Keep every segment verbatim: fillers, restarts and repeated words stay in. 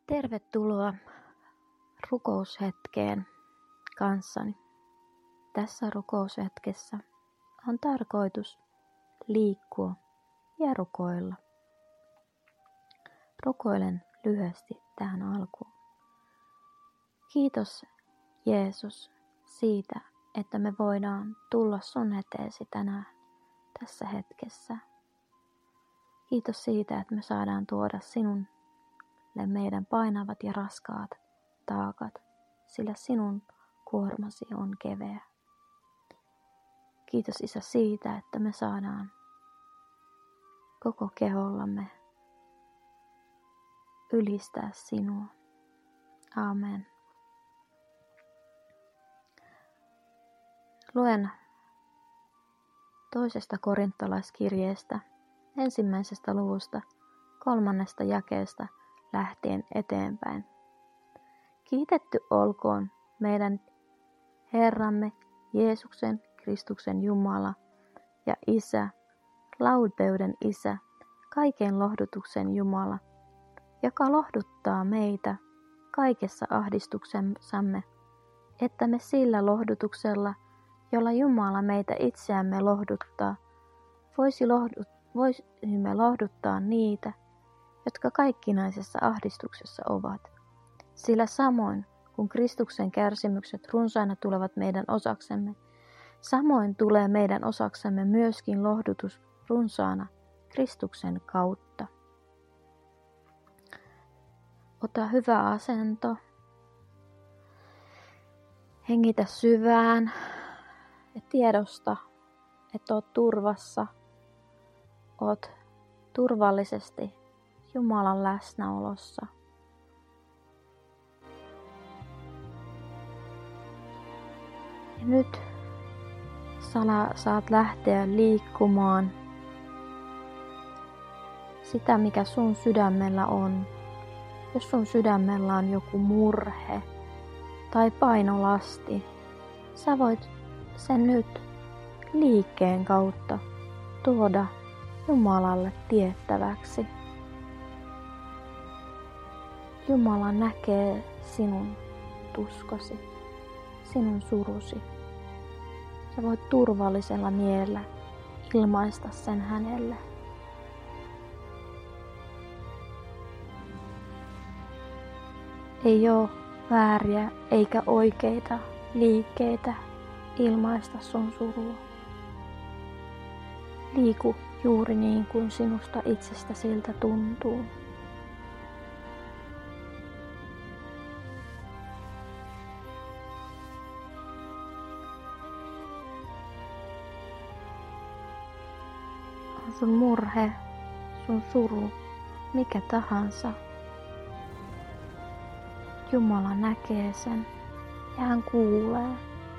Tervetuloa rukoushetkeen kanssani. Tässä rukoushetkessä on tarkoitus liikkua ja rukoilla. Rukoilen lyhyesti tähän alkuun. Kiitos Jeesus siitä, että me voidaan tulla sun eteesi tänään tässä hetkessä. Kiitos siitä, että me saadaan tuoda sinun meidän painavat ja raskaat taakat, sillä sinun kuormasi on keveä. Kiitos Isä siitä, että me saadaan koko kehollamme ylistää sinua. Aamen. Luen toisesta korintolaiskirjeestä ensimmäisestä luvusta kolmannesta jakeesta lähtien eteenpäin. Kiitetty olkoon meidän Herramme Jeesuksen Kristuksen Jumala ja Isä, laupeuden Isä, kaiken lohdutuksen Jumala, joka lohduttaa meitä kaikessa ahdistuksessamme, että me sillä lohdutuksella, jolla Jumala meitä itseämme lohduttaa, voisi lohdut, voisimme lohduttaa niitä, jotka kaikkinaisessa ahdistuksessa ovat. Sillä samoin kun Kristuksen kärsimykset runsaina tulevat meidän osaksemme, samoin tulee meidän osaksemme myöskin lohdutus runsaana Kristuksen kautta. Ota hyvä asento. Hengitä syvään ja tiedosta, että oot turvassa, oot turvallisesti Jumalan läsnäolossa. Ja nyt saat lähteä liikkumaan sitä, mikä sun sydämellä on. Jos sun sydämellä on joku murhe tai painolasti, sä voit sen nyt liikkeen kautta tuoda Jumalalle tiettäväksi. Jumala näkee sinun tuskasi, sinun surusi. Sä voit turvallisella mielellä ilmaista sen hänelle. Ei ole vääriä eikä oikeita liikkeitä ilmaista sun surua. Liiku juuri niin kuin sinusta itsestä siltä tuntuu. On sun murhe, sun suru, mikä tahansa. Jumala näkee sen ja hän kuulee.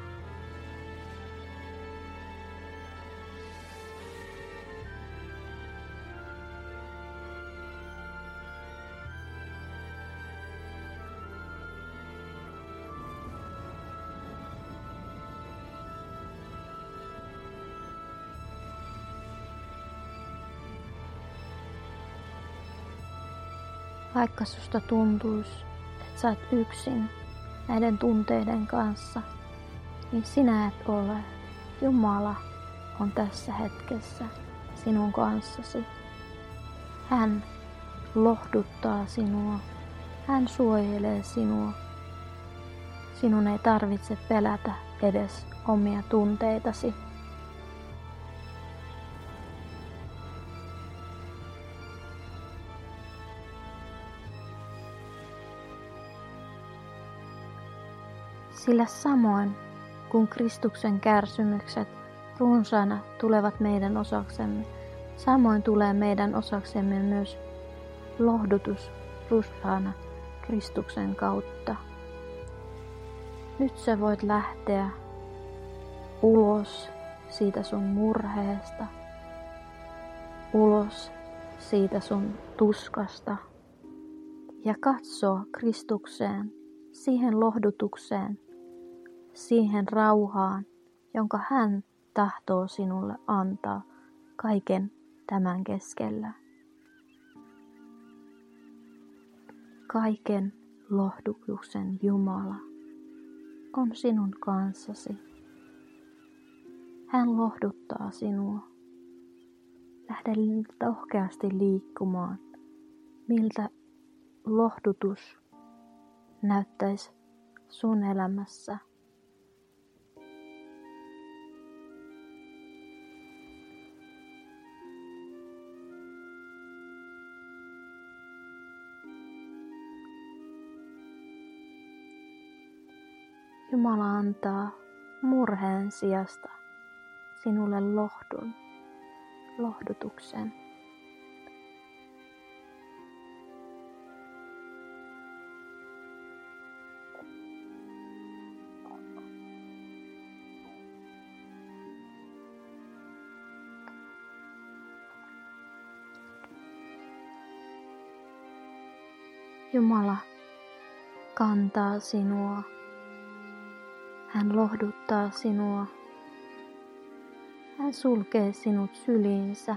Vaikka susta tuntuisi, että sä oot yksin näiden tunteiden kanssa, niin sinä et ole. Jumala on tässä hetkessä sinun kanssasi. Hän lohduttaa sinua. Hän suojelee sinua. Sinun ei tarvitse pelätä edes omia tunteitasi. Sillä samoin kun Kristuksen kärsimykset runsaana tulevat meidän osaksemme, samoin tulee meidän osaksemme myös lohdutus runsaana Kristuksen kautta. Nyt sä voit lähteä ulos siitä sun murheesta, ulos siitä sun tuskasta ja katsoa Kristukseen, siihen lohdutukseen, siihen rauhaan, jonka hän tahtoo sinulle antaa kaiken tämän keskellä. kaiken lohdutuksen Jumala on sinun kanssasi. Hän lohduttaa sinua. Lähde rohkeasti liikkumaan, miltä lohdutus näyttäisi sun elämässä. Jumala antaa murheen sijasta sinulle lohdun, lohdutuksen. Jumala kantaa sinua. Hän lohduttaa sinua. Hän sulkee sinut syliinsä.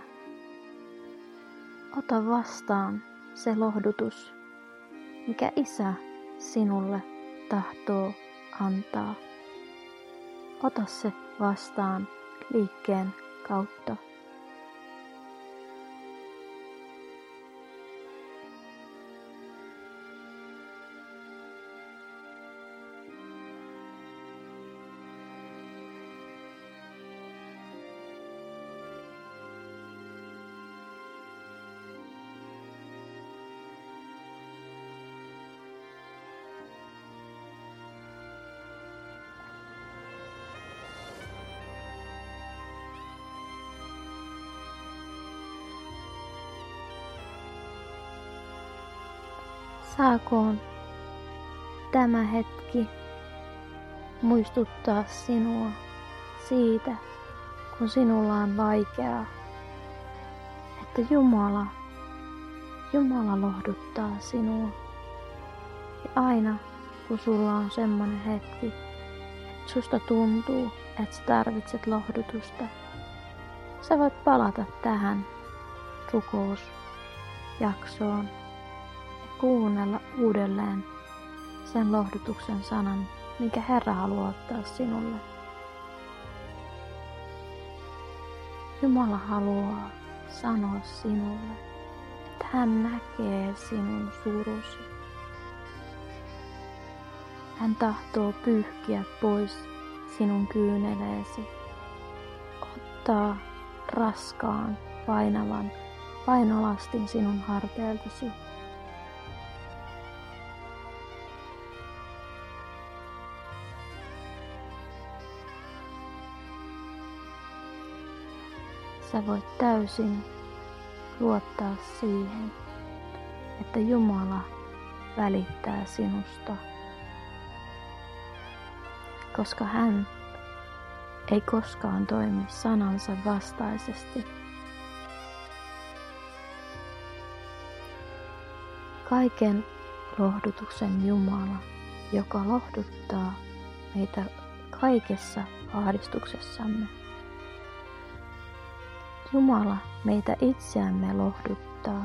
Ota vastaan se lohdutus, mikä Isä sinulle tahtoo antaa. Ota se vastaan liikkeen kautta. Saakoon tämä hetki muistuttaa sinua siitä, kun sinulla on vaikeaa, että Jumala, Jumala lohduttaa sinua. Ja aina kun sulla on semmoinen hetki, että susta tuntuu, että sä tarvitset lohdutusta, sä voit palata tähän rukousjaksoon. Kuunnella uudelleen sen lohdutuksen sanan, minkä Herra haluaa ottaa sinulle. Jumala haluaa sanoa sinulle, että hän näkee sinun surusi. Hän tahtoo pyyhkiä pois sinun kyyneleesi, ottaa raskaan, painavan painolastin sinun harteiltasi. Sä voit täysin luottaa siihen, että Jumala välittää sinusta, koska hän ei koskaan toimi sanansa vastaisesti. Kaiken lohdutuksen Jumala, joka lohduttaa meitä kaikessa ahdistuksessamme. Jumala meitä itseämme lohduttaa.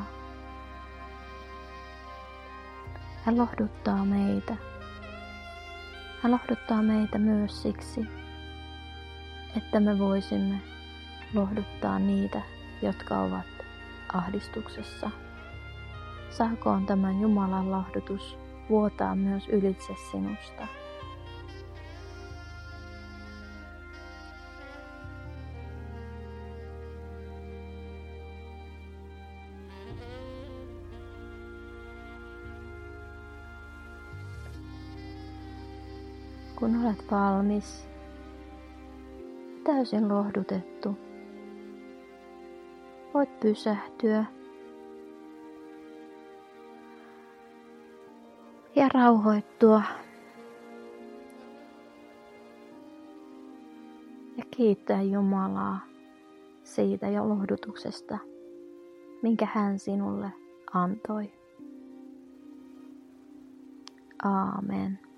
Hän lohduttaa meitä. Hän lohduttaa meitä myös siksi, että me voisimme lohduttaa niitä, jotka ovat ahdistuksessa. Saakoon tämän Jumalan lohdutus vuotaa myös ylitse sinusta. Kun olet valmis, täysin lohdutettu, voit pysähtyä ja rauhoittua ja kiittää Jumalaa siitä jo lohdutuksesta, minkä hän sinulle antoi. Aamen.